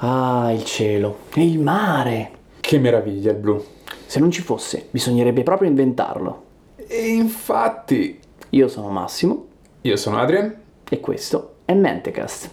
Ah, il cielo e il mare. Che meraviglia il blu. Se non ci fosse, bisognerebbe proprio inventarlo. E infatti, Io sono Massimo io sono Adrian. e questo è Mentecast.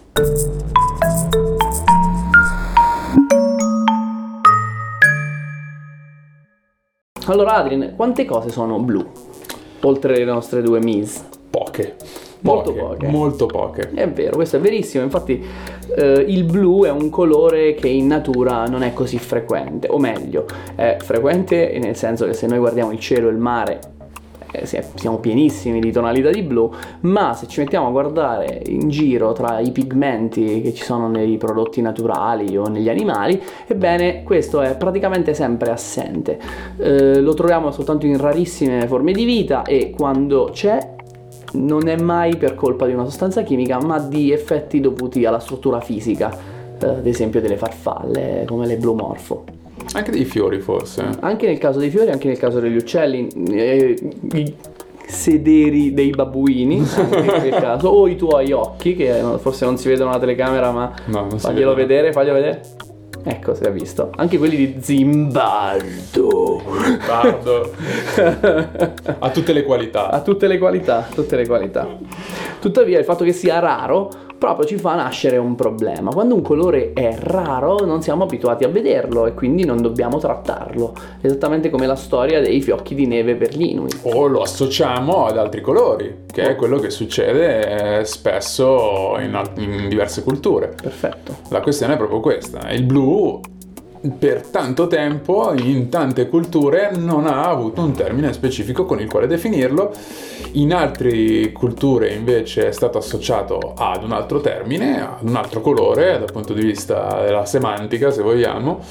Allora Adrian, quante cose sono blu? Oltre le nostre due Miss. Poche. Molto poche. Molto poche. È vero, questo è verissimo. Infatti il blu è un colore che in natura non è così frequente, o meglio, è frequente nel senso che se noi guardiamo il cielo e il mare siamo pienissimi di tonalità di blu, ma se ci mettiamo a guardare in giro tra i pigmenti che ci sono nei prodotti naturali o negli animali, ebbene questo è praticamente sempre assente. Lo troviamo soltanto in rarissime forme di vita e quando c'è non è mai per colpa di una sostanza chimica, ma di effetti dovuti alla struttura fisica, ad esempio delle farfalle, come le blumorfo. Anche dei fiori forse. Anche nel caso dei fiori, anche nel caso degli uccelli, i sederi dei babbuini, anche in quel caso, o i tuoi occhi, che forse non si vedono alla telecamera, ma No, non si faglielo vedono. vedere. Ecco, si è visto. Anche quelli di Zimbardo. Bardo. Ha tutte le qualità. Ha tutte le qualità. Tuttavia il fatto che sia raro proprio ci fa nascere un problema. Quando un colore è raro non siamo abituati a vederlo e quindi non dobbiamo trattarlo. Esattamente come la storia dei fiocchi di neve per gli Inuit. O lo associamo ad altri colori, che è quello che succede spesso in diverse culture. Perfetto. La questione è proprio questa. Il blu per tanto tempo in tante culture non ha avuto un termine specifico con il quale definirlo. In altre culture invece è stato associato ad un altro termine, ad un altro colore dal punto di vista della semantica, se vogliamo,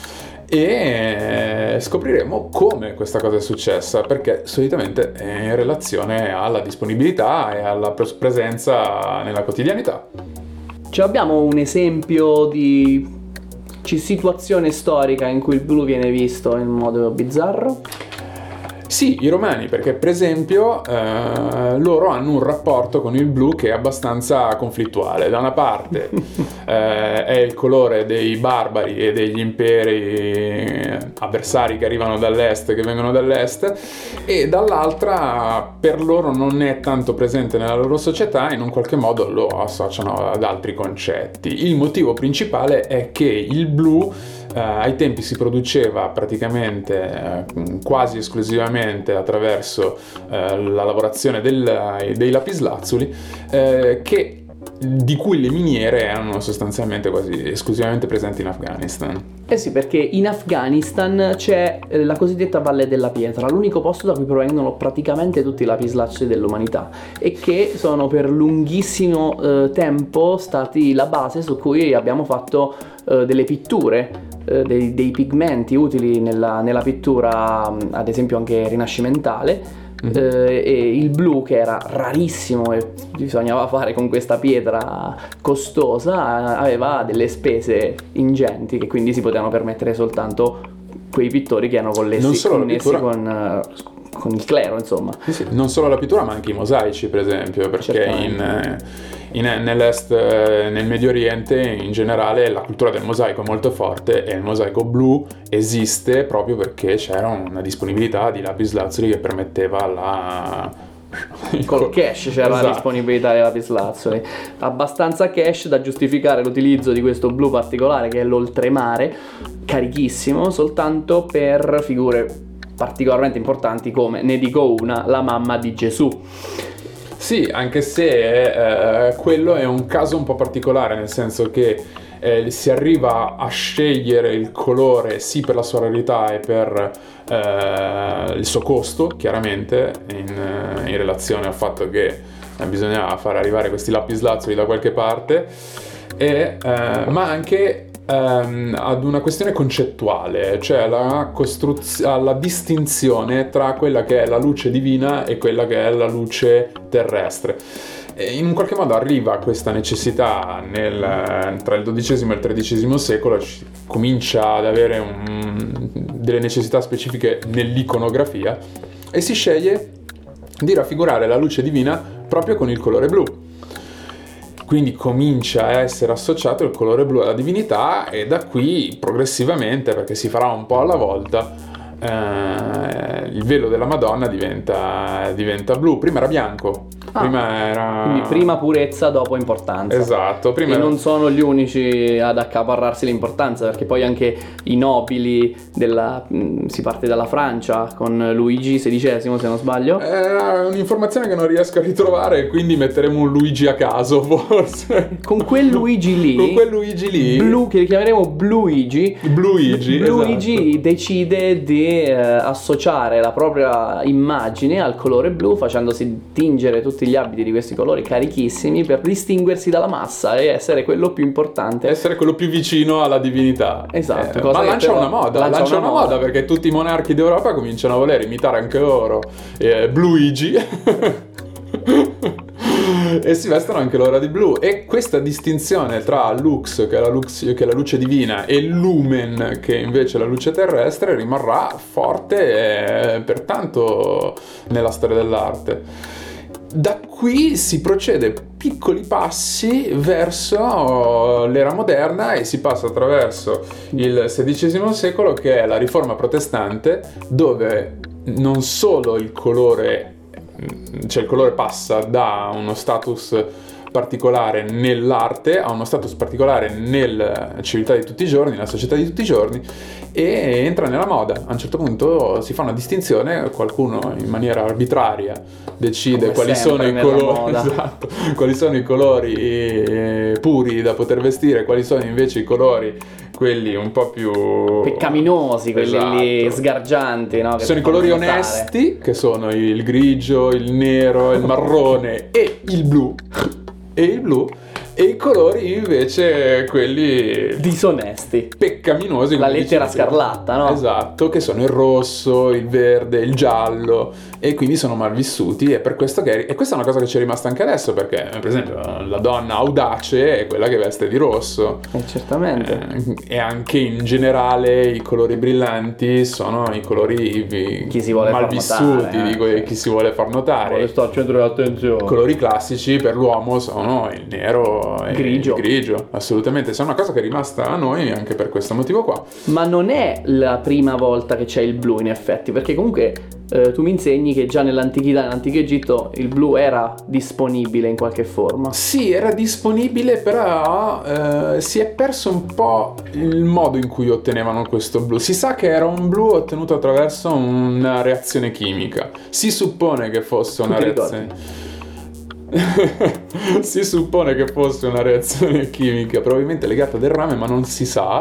e scopriremo come questa cosa è successa, perché solitamente è in relazione alla disponibilità e alla presenza nella quotidianità. Abbiamo un esempio di situazione storica in cui il blu viene visto in modo bizzarro? Sì, i romani, perché per esempio loro hanno un rapporto con il blu che è abbastanza conflittuale. Da una parte è il colore dei barbari e degli imperi avversari che arrivano dall'est, che vengono dall'est, e dall'altra per loro non è tanto presente nella loro società e in un qualche modo lo associano ad altri concetti. Il motivo principale è che il blu ai tempi si produceva praticamente quasi esclusivamente attraverso la lavorazione dei lapislazzuli di cui le miniere erano sostanzialmente quasi esclusivamente presenti in Afghanistan. Eh sì, perché in Afghanistan c'è la cosiddetta Valle della Pietra, l'unico posto da cui provengono praticamente tutti i lapislazzuli dell'umanità e che sono per lunghissimo tempo stati la base su cui abbiamo fatto delle pitture, dei pigmenti utili nella pittura, ad esempio anche rinascimentale. E il blu, che era rarissimo e bisognava fare con questa pietra costosa, aveva delle spese ingenti che quindi si potevano permettere soltanto quei pittori che erano connessi con il clero, insomma. Sì, non solo la pittura ma anche i mosaici, per esempio, perché nell'est, nel Medio Oriente in generale la cultura del mosaico è molto forte e il mosaico blu esiste proprio perché c'era una disponibilità di lapislazzuli che permetteva col cash c'era la disponibilità dei lapislazzuli, abbastanza cash da giustificare l'utilizzo di questo blu particolare che è l'oltremare, carichissimo, soltanto per figure particolarmente importanti come, ne dico una, la mamma di Gesù. Sì, anche se quello è un caso un po' particolare, nel senso che si arriva a scegliere il colore sì per la sua rarità e per il suo costo, chiaramente, in relazione al fatto che bisognava far arrivare questi lapislazzuli da qualche parte, ma anche ad una questione concettuale, cioè alla distinzione tra quella che è la luce divina e quella che è la luce terrestre. E in un qualche modo arriva questa necessità tra il XII e il XIII secolo, comincia ad avere delle necessità specifiche nell'iconografia e si sceglie di raffigurare la luce divina proprio con il colore blu. quindi comincia a essere associato il colore blu alla divinità, e da qui progressivamente, perché si farà un po' alla volta, il velo della Madonna diventa blu. Prima era bianco, quindi prima purezza, dopo importanza. Esatto, e non sono gli unici ad accaparrarsi l'importanza, perché poi anche i nobili si parte dalla Francia con Luigi XVI, se non sbaglio. È un'informazione che non riesco a ritrovare, quindi metteremo un Luigi a caso, forse. Con quel Luigi lì blu, che chiameremo Bluigi, esatto. decide di associare la propria immagine al colore blu, facendosi tingere tutti gli abiti di questi colori carichissimi per distinguersi dalla massa e essere quello più importante, essere quello più vicino alla divinità. Esatto. Ma lancia una moda, perché tutti i monarchi d'Europa cominciano a voler imitare anche loro Bluigi e si vestono anche loro di blu. E questa distinzione tra lux, che è la luce divina, e lumen, che invece è la luce terrestre, rimarrà forte per tanto nella storia dell'arte. Da qui si procede piccoli passi verso l'era moderna e si passa attraverso il XVI secolo, che è la riforma protestante, dove non solo il colore passa da uno status particolare nell'arte a uno status particolare nella civiltà di tutti i giorni, nella società di tutti i giorni, e entra nella moda. A un certo punto si fa una distinzione, qualcuno in maniera arbitraria decide quali sono i colori, esatto, quali sono i colori puri da poter vestire, quali sono invece i colori, quelli un po' più peccaminosi, quelli esatto, lì sgargianti, no? Sono i colori onesti, che sono il grigio, il nero, il marrone e il blu. E i colori invece quelli disonesti, peccaminosi, la lettera scarlatta, no? Esatto, che sono il rosso, il verde, il giallo, e quindi sono mal vissuti. E per questo e questa è una cosa che ci è rimasta anche adesso, perché per esempio la donna audace è quella che veste di rosso, certamente, e anche in generale i colori brillanti sono i colori chi si vuole mal vissuti, notare, chi si vuole far notare. Vuole stare al centro dell'attenzione. I colori classici per l'uomo sono il nero e grigio. Il grigio, assolutamente. È una cosa che è rimasta a noi anche per questo motivo qua. Ma non è la prima volta che c'è il blu, in effetti, perché comunque tu mi insegni che già nell'antichità, nell'antico Egitto, il blu era disponibile in qualche forma. Sì, era disponibile, però si è perso un po' il modo in cui ottenevano questo blu. Si sa che era un blu ottenuto attraverso una reazione chimica. Si suppone che fosse una reazione si suppone che fosse una reazione chimica, probabilmente legata al rame, ma non si sa.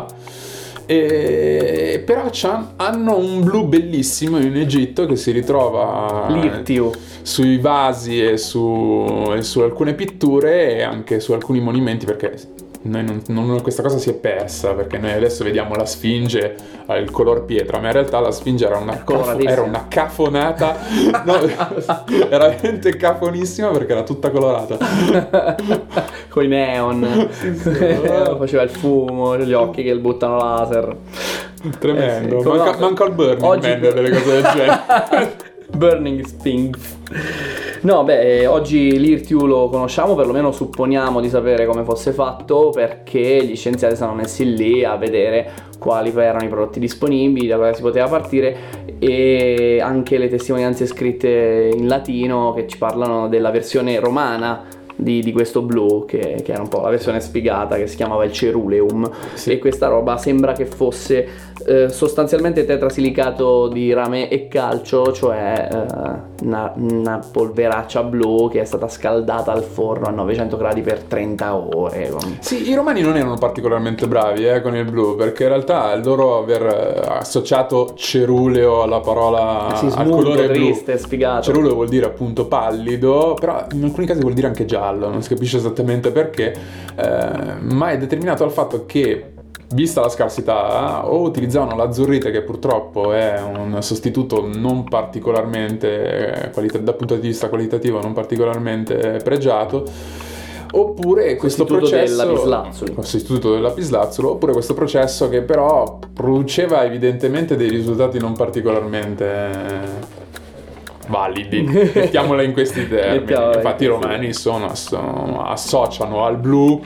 Però hanno un blu bellissimo in Egitto, che si ritrova l'irtiu sui vasi e su alcune pitture e anche su alcuni monumenti, perché questa cosa si è persa, perché noi adesso vediamo la Sfinge al color pietra, ma in realtà la Sfinge era una cafonata no, era veramente cafonissima, perché era tutta colorata con i neon. Faceva il fumo, gli occhi che buttano laser, tremendo. Sì. Manca il Burning Man delle cose del genere. Burning Things. No, oggi l'irtiu lo conosciamo, perlomeno supponiamo di sapere come fosse fatto, perché gli scienziati sono messi lì a vedere quali erano i prodotti disponibili, da cosa si poteva partire, e anche le testimonianze scritte in latino che ci parlano della versione romana di questo blu, che era un po' la versione spiegata, che si chiamava il ceruleum. Sì. E questa roba sembra che fosse sostanzialmente tetrasilicato di rame e calcio, cioè una polveraccia blu che è stata scaldata al forno a 900 gradi per 30 ore. Sì, i romani non erano particolarmente bravi con il blu, perché in realtà il loro aver associato ceruleo alla parola al colore triste, blu, sfigato. Ceruleo vuol dire appunto pallido, però in alcuni casi vuol dire anche giallo, non si capisce esattamente perché, ma è determinato dal fatto che, vista la scarsità, o utilizzavano l'azzurrite, che purtroppo è un sostituto non particolarmente dal punto di vista qualitativo non particolarmente pregiato, oppure questo processo sostituto del lapislazzolo, oppure questo processo che però produceva evidentemente dei risultati non particolarmente validi, mettiamola in questi termini. Infatti i romani associano al blu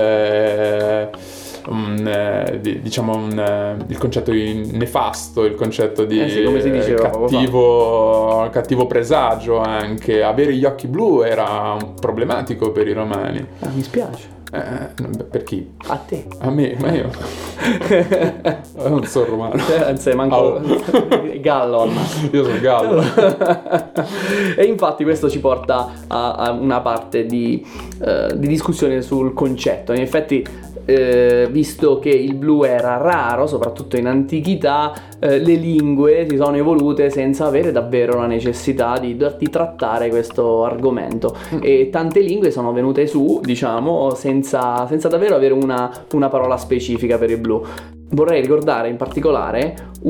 il concetto di nefasto, il concetto di sì, come si diceva cattivo presagio. Anche avere gli occhi blu era problematico per i romani. Mi spiace. Per chi? A te. A me, ma io non sono romano. Non sei manco gallo. Io sono gallo. E infatti questo ci porta a una parte di discussione sul concetto. In effetti, visto che il blu era raro, soprattutto in antichità, le lingue si sono evolute senza avere davvero la necessità di trattare questo argomento, e tante lingue sono venute su, diciamo, senza davvero avere una parola specifica per il blu. Vorrei ricordare in particolare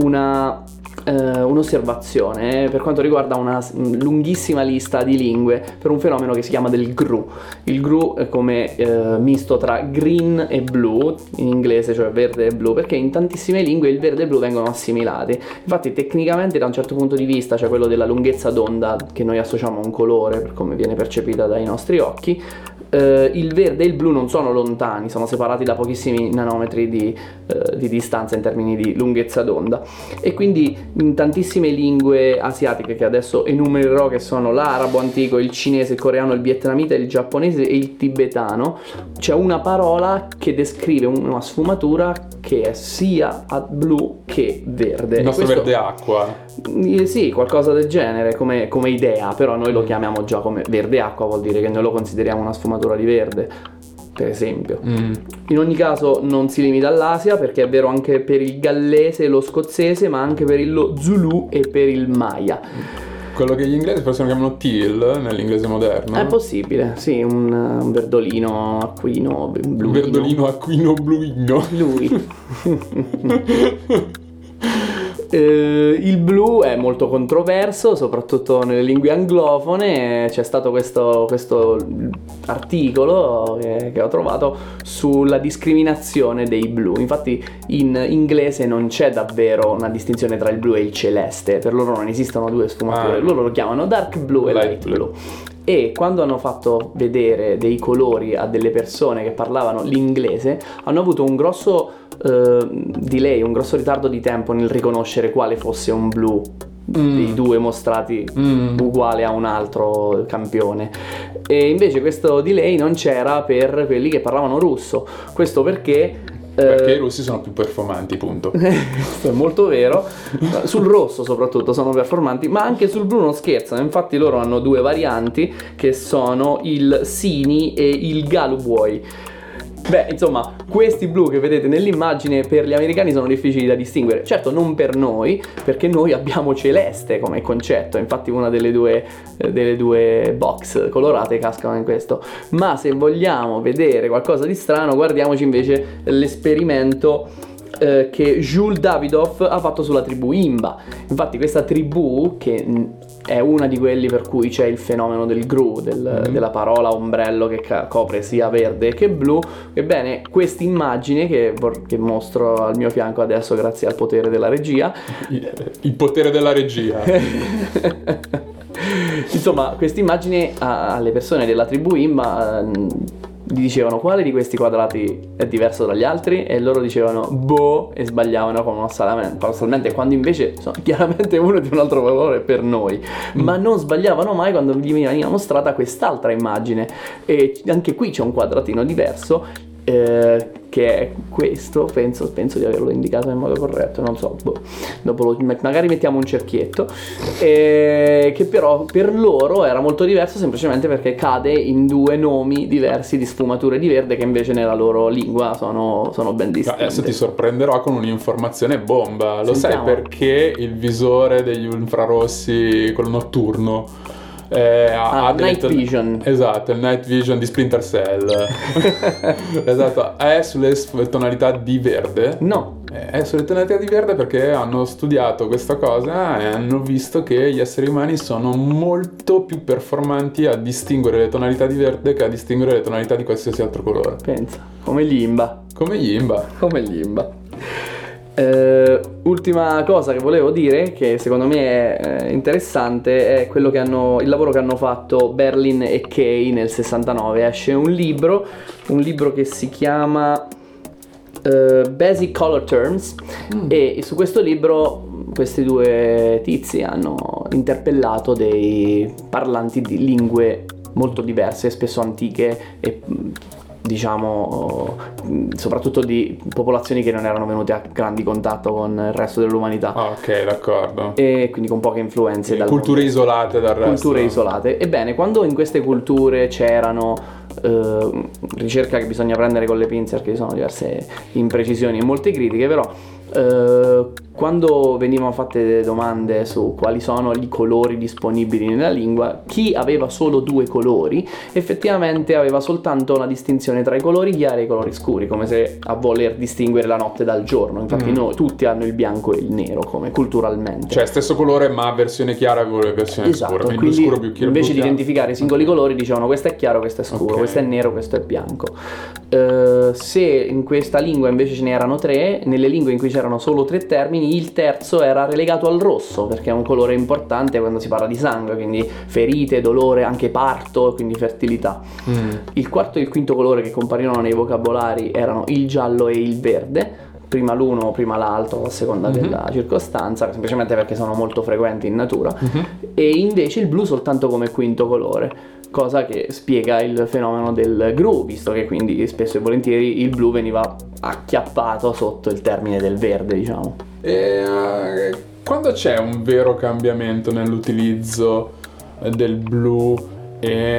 un'osservazione per quanto riguarda una lunghissima lista di lingue per un fenomeno che si chiama del GRU. Il GRU è come misto tra green e blue in inglese, cioè verde e blu, perché in tantissime lingue il verde e il blu vengono assimilati. Infatti tecnicamente, da un certo punto di vista, cioè quello della lunghezza d'onda che noi associamo a un colore per come viene percepita dai nostri occhi, il verde e il blu non sono lontani, sono separati da pochissimi nanometri di distanza in termini di lunghezza d'onda, e quindi in tantissime lingue asiatiche che adesso enumererò, che sono l'arabo antico, il cinese, il coreano, il vietnamita, il giapponese e il tibetano, c'è una parola che descrive una sfumatura che è sia blu che verde. Il nostro verde acqua. Sì, qualcosa del genere come idea, però noi lo chiamiamo già come verde acqua, vuol dire che noi lo consideriamo una sfumatura di verde, per esempio. In ogni caso non si limita all'Asia, perché è vero anche per il gallese e lo scozzese, ma anche per lo Zulu e per il Maya. Quello che gli inglesi forse lo chiamano teal nell'inglese moderno. È possibile, sì, un verdolino acquino bluino. Un verdolino acquino bluino. Lui. Il blu è molto controverso, soprattutto nelle lingue anglofone. C'è stato questo articolo che ho trovato sulla discriminazione dei blu. Infatti in inglese non c'è davvero una distinzione tra il blu e il celeste, per loro non esistono due sfumature, loro lo chiamano dark blue e light blue. E quando hanno fatto vedere dei colori a delle persone che parlavano l'inglese, hanno avuto un grosso delay, un grosso ritardo di tempo nel riconoscere quale fosse un blu dei due mostrati uguale a un altro campione. E invece questo delay non c'era per quelli che parlavano russo. Questo perché i russi sono più performanti, punto. Questo è molto vero. Sul rosso soprattutto sono performanti, ma anche sul blu non scherzano. Infatti loro hanno due varianti, che sono il Sini e il Galubuoi. Beh, insomma, questi blu che vedete nell'immagine per gli americani sono difficili da distinguere. Certo, non per noi, perché noi abbiamo celeste come concetto. Infatti una delle due box colorate cascano in questo. Ma se vogliamo vedere qualcosa di strano, guardiamoci invece l'esperimento che Jules Davidoff ha fatto sulla tribù Imba. Infatti questa tribù, che è una di quelli per cui c'è il fenomeno del GRU, della parola ombrello che copre sia verde che blu. Ebbene, questa immagine che mostro al mio fianco adesso grazie al potere della regia, il potere della regia. Insomma, questa immagine alle persone della tribù Imba gli dicevano quale di questi quadrati è diverso dagli altri, e loro dicevano boh, e sbagliavano paradossalmente, quando invece sono chiaramente uno di un altro colore per noi. Ma non sbagliavano mai quando gli veniva mostrata quest'altra immagine, e anche qui c'è un quadratino diverso, che è questo. Penso di averlo indicato nel modo corretto, non so, dopo magari mettiamo un cerchietto, che però per loro era molto diverso, semplicemente perché cade in due nomi diversi di sfumature di verde che invece nella loro lingua sono ben distinte. Adesso ti sorprenderò con un'informazione bomba. Lo Sentiamo. sai perché il visore degli infrarossi, quello notturno, Night Vision. Esatto, il Night Vision di Splinter Cell. Esatto, è sulle tonalità di verde? No. È sulle tonalità di verde perché hanno studiato questa cosa e hanno visto che gli esseri umani sono molto più performanti a distinguere le tonalità di verde che a distinguere le tonalità di qualsiasi altro colore. Pensa, come gli Imba. Come gli Imba. Ultima cosa che volevo dire, che secondo me è interessante, è quello il lavoro che hanno fatto Berlin e Kay nel 69. Esce un libro che si chiama Basic Color Terms, e su questo libro questi due tizi hanno interpellato dei parlanti di lingue molto diverse, spesso antiche e diciamo soprattutto di popolazioni che non erano venute a grandi contatto con il resto dell'umanità. Ok, d'accordo. E quindi con poche influenze dal culture mondo. Isolate dal resto. Culture isolate. Ebbene, quando in queste culture c'erano ricerca che bisogna prendere con le pinze perché ci sono diverse imprecisioni e molte critiche, però quando venivano fatte delle domande su quali sono i colori disponibili nella lingua, chi aveva solo 2 colori effettivamente aveva soltanto una distinzione tra i colori chiari e i colori scuri, come se a voler distinguere la notte dal giorno. Infatti noi tutti hanno il bianco e il nero come culturalmente, cioè stesso colore ma versione chiara e versione scura, esatto. quindi scuro più chiaro, invece più di chiaro. identificare i singoli colori dicevano questo è chiaro, questo è scuro, Ok. questo è nero, questo è bianco. Se in questa lingua invece ce ne erano 3, nelle lingue in cui c'erano solo 3 termini, il terzo era relegato al rosso perché è un colore importante quando si parla di sangue, quindi ferite, dolore, anche parto, quindi fertilità. Il quarto e il quinto colore che comparivano nei vocabolari erano il giallo e il verde, prima l'uno, prima l'altro, a seconda della circostanza, semplicemente perché sono molto frequenti in natura. E invece il blu soltanto come quinto colore, cosa che spiega il fenomeno del gru, visto che quindi spesso e volentieri il blu veniva acchiappato sotto il termine del verde, diciamo. E quando c'è un vero cambiamento nell'utilizzo del blu e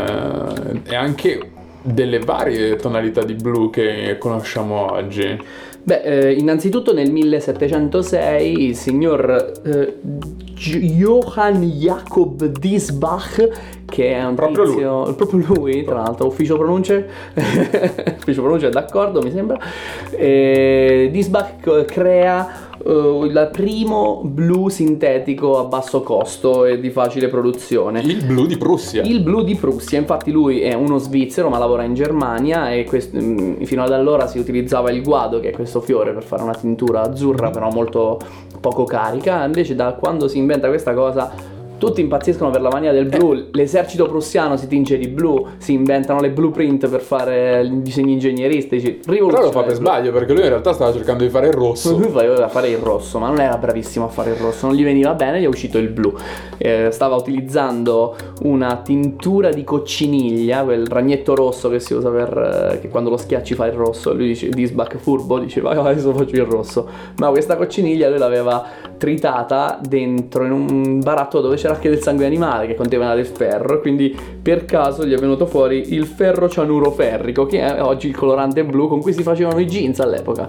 anche delle varie tonalità di blu che conosciamo oggi? Beh, innanzitutto nel 1706 il signor Johann Jakob Diesbach, che è un Proprio tizio, proprio lui, tra l'altro, ufficio pronunce è d'accordo, mi sembra. Diesbach crea il primo blu sintetico a basso costo e di facile produzione. Il blu di Prussia. Il blu di Prussia, infatti lui è uno svizzero ma lavora in Germania e fino ad allora si utilizzava il guado, che è questo fiore, per fare una tintura azzurra però molto poco carica. Invece da quando si inventa questa cosa tutti impazziscono per la mania del blu, l'esercito prussiano si tinge di blu, si inventano le blueprint per fare i disegni ingegneristici. Però lo fa per sbaglio, perché lui in realtà stava cercando di fare il rosso. Lui voleva fare il rosso, ma non era bravissimo a fare il rosso, non gli veniva bene, gli è uscito il blu. Stava utilizzando una tintura di cocciniglia, quel ragnetto rosso che si usa per che quando lo schiacci fa il rosso. Lui dice, Diesbach furbo, diceva adesso faccio il rosso, ma questa cocciniglia lui l'aveva tritata dentro in un baratto dove c'era anche del sangue animale che conteneva del ferro, quindi per caso gli è venuto fuori il ferro cianuro ferrico, che è oggi il colorante blu con cui si facevano i jeans all'epoca.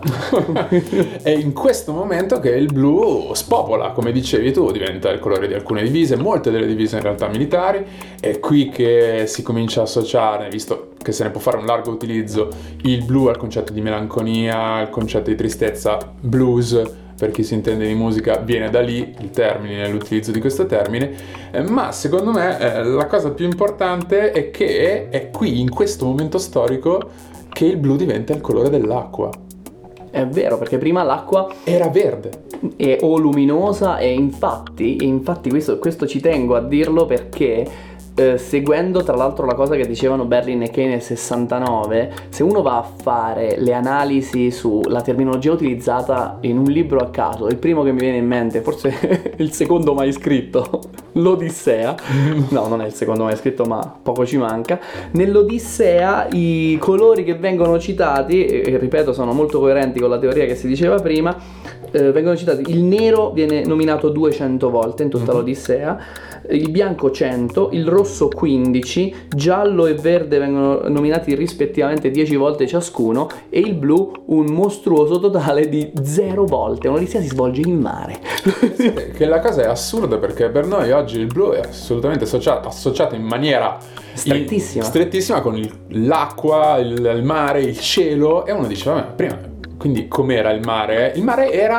È in questo momento che il blu spopola, come dicevi tu, diventa il colore di alcune divise, molte delle divise in realtà militari. È qui che si comincia a associare, visto che se ne può fare un largo utilizzo, il blu al concetto di melanconia, al concetto di tristezza. Blues, per chi si intende di musica, viene da lì il termine, l'utilizzo di questo termine, ma secondo me la cosa più importante è che è qui, in questo momento storico, che il blu diventa il colore dell'acqua. È vero, perché prima l'acqua era verde o luminosa, e infatti questo ci tengo a dirlo perché seguendo tra l'altro la cosa che dicevano Berlin e Kay nel 69, se uno va a fare le analisi sulla terminologia utilizzata in un libro a caso, il primo che mi viene in mente, forse il secondo mai scritto, l'Odissea, no, non è il secondo mai scritto ma poco ci manca. Nell'Odissea i colori che vengono citati, e ripeto sono molto coerenti con la teoria che si diceva prima, vengono citati, il nero viene nominato 200 volte in tutta l'Odissea, il bianco 100, il rosso 15, giallo e verde vengono nominati rispettivamente 10 volte ciascuno, e il blu un mostruoso totale di 0 volte. Un'Odissea si svolge in mare. Che la cosa è assurda, perché per noi oggi il blu è assolutamente associato in maniera strettissima con l'acqua, il mare, il cielo, e uno dice vabbè, prima, quindi com'era il mare? Il mare era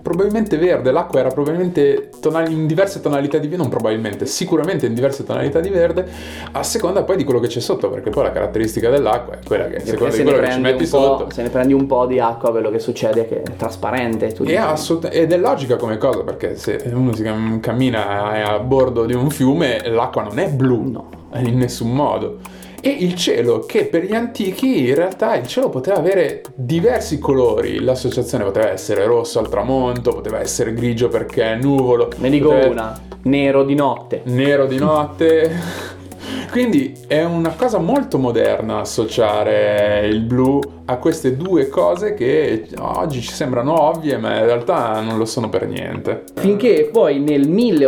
probabilmente verde, l'acqua era probabilmente in diverse tonalità di verde, non probabilmente, sicuramente in diverse tonalità di verde, a seconda poi di quello che c'è sotto, perché poi la caratteristica dell'acqua è quella che a seconda di quello che ci metti sotto. Se ne prendi un po' di acqua, quello che succede è che è trasparente. Ed è logica come cosa, perché se uno si cammina a bordo di un fiume, l'acqua non è blu, no, in nessun modo. E il cielo, che per gli antichi in realtà il cielo poteva avere diversi colori, l'associazione poteva essere rosso al tramonto, poteva essere grigio perché è nuvolo. Ne dico una, nero di notte. Nero di notte. Quindi è una cosa molto moderna associare il blu a queste due cose che oggi ci sembrano ovvie, ma in realtà non lo sono per niente. Finché poi nel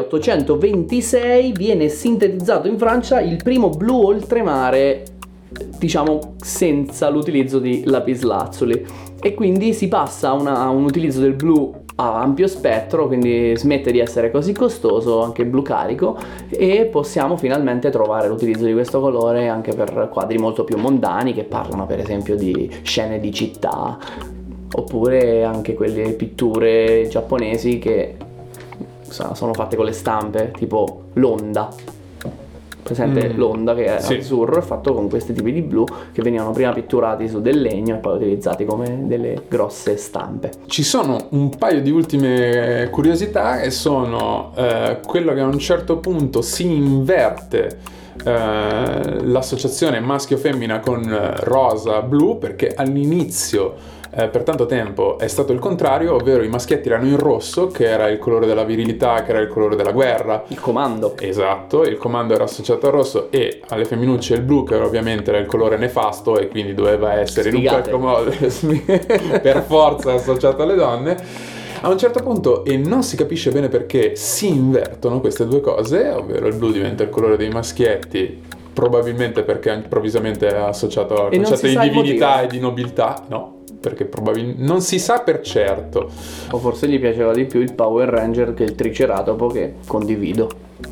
1826 viene sintetizzato in Francia il primo blu oltremare, diciamo senza l'utilizzo di lapislazzuli, e quindi si passa a un utilizzo del blu a ampio spettro, quindi smette di essere così costoso anche il blu carico, e possiamo finalmente trovare l'utilizzo di questo colore anche per quadri molto più mondani che parlano per esempio di scene di città, oppure anche quelle pitture giapponesi che sono fatte con le stampe, tipo l'onda. Presente l'onda che è azzurro, è fatto con questi tipi di blu che venivano prima pitturati su del legno e poi utilizzati come delle grosse stampe. Ci sono un paio di ultime curiosità e sono quello che a un certo punto si inverte l'associazione maschio-femmina con rosa-blu, perché all'inizio per tanto tempo è stato il contrario, ovvero i maschietti erano in rosso, che era il colore della virilità, che era il colore della guerra. Il comando. Esatto, il comando era associato al rosso, e alle femminucce il blu, che ovviamente era il colore nefasto e quindi doveva essere Sfigate. in un qualche modo per forza associato alle donne. A un certo punto, e non si capisce bene perché, si invertono queste due cose, ovvero il blu diventa il colore dei maschietti, probabilmente perché improvvisamente è associato al concetto di divinità e di nobiltà, no? Perché probabilmente non si sa per certo. O forse gli piaceva di più il Power Ranger che il Triceratopo, che condivido.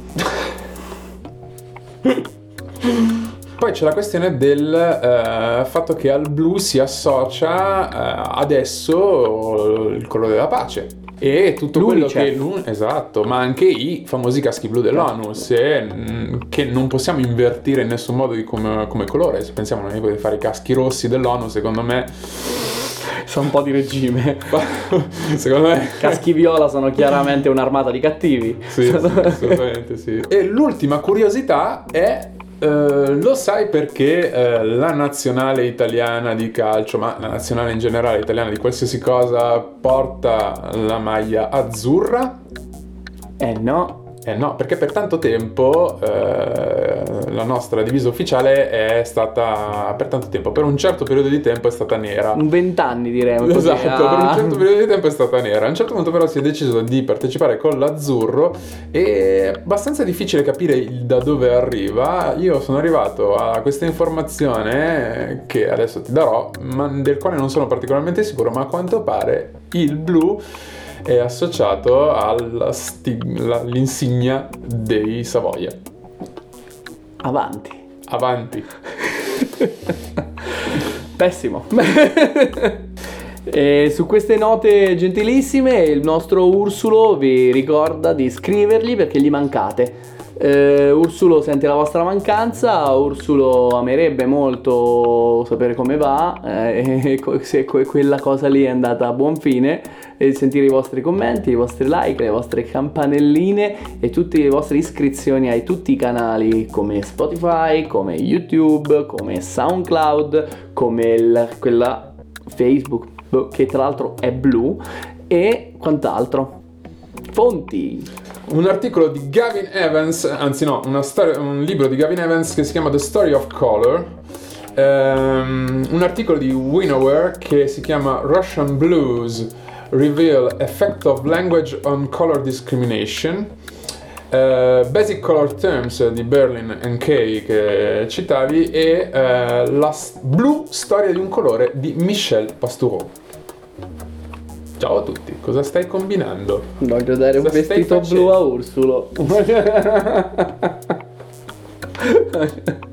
Poi c'è la questione del fatto che al blu si associa adesso il colore della pace e tutto L'Unicef. quello che esatto, ma anche i famosi caschi blu dell'ONU, che non possiamo invertire in nessun modo come colore. Se pensiamo a noi di fare i caschi rossi dell'ONU, secondo me Sono un po' di regime. secondo me Caschi viola sono chiaramente un'armata di cattivi. sì, assolutamente sì. E l'ultima curiosità è lo sai perché la nazionale italiana di calcio, ma la nazionale in generale italiana di qualsiasi cosa, porta la maglia azzurra? No. No, perché per tanto tempo la nostra divisa ufficiale è stata, per tanto tempo, per un certo periodo di tempo è stata nera. 20 anni direi. Esatto, per un certo periodo di tempo è stata nera. A un certo punto però si è deciso di partecipare con l'azzurro e è abbastanza difficile capire da dove arriva. Io sono arrivato a questa informazione che adesso ti darò, ma del quale non sono particolarmente sicuro, ma a quanto pare il blu è associato all'insignia dei Savoia. Avanti. Pessimo. E su queste note gentilissime il nostro Ursulo vi ricorda di scrivergli perché gli mancate. Ursulo sente la vostra mancanza, Ursulo amerebbe molto sapere come va, se quella cosa lì è andata a buon fine, e sentire i vostri commenti, i vostri like, le vostre campanelline e tutte le vostre iscrizioni ai tutti i canali come Spotify, come YouTube, come SoundCloud, come quella Facebook, che tra l'altro è blu, e quant'altro. Fonti. Un articolo di Gavin Evans, anzi no, un libro di Gavin Evans che si chiama The Story of Color, un articolo di Winnower che si chiama Russian Blues Reveal Effect of Language on Color Discrimination, Basic Color Terms di Berlin and Kay che citavi, e la blu storia di un colore di Michel Pastoureau. Ciao a tutti, cosa stai combinando? Voglio dare un vestito blu a Ursulo.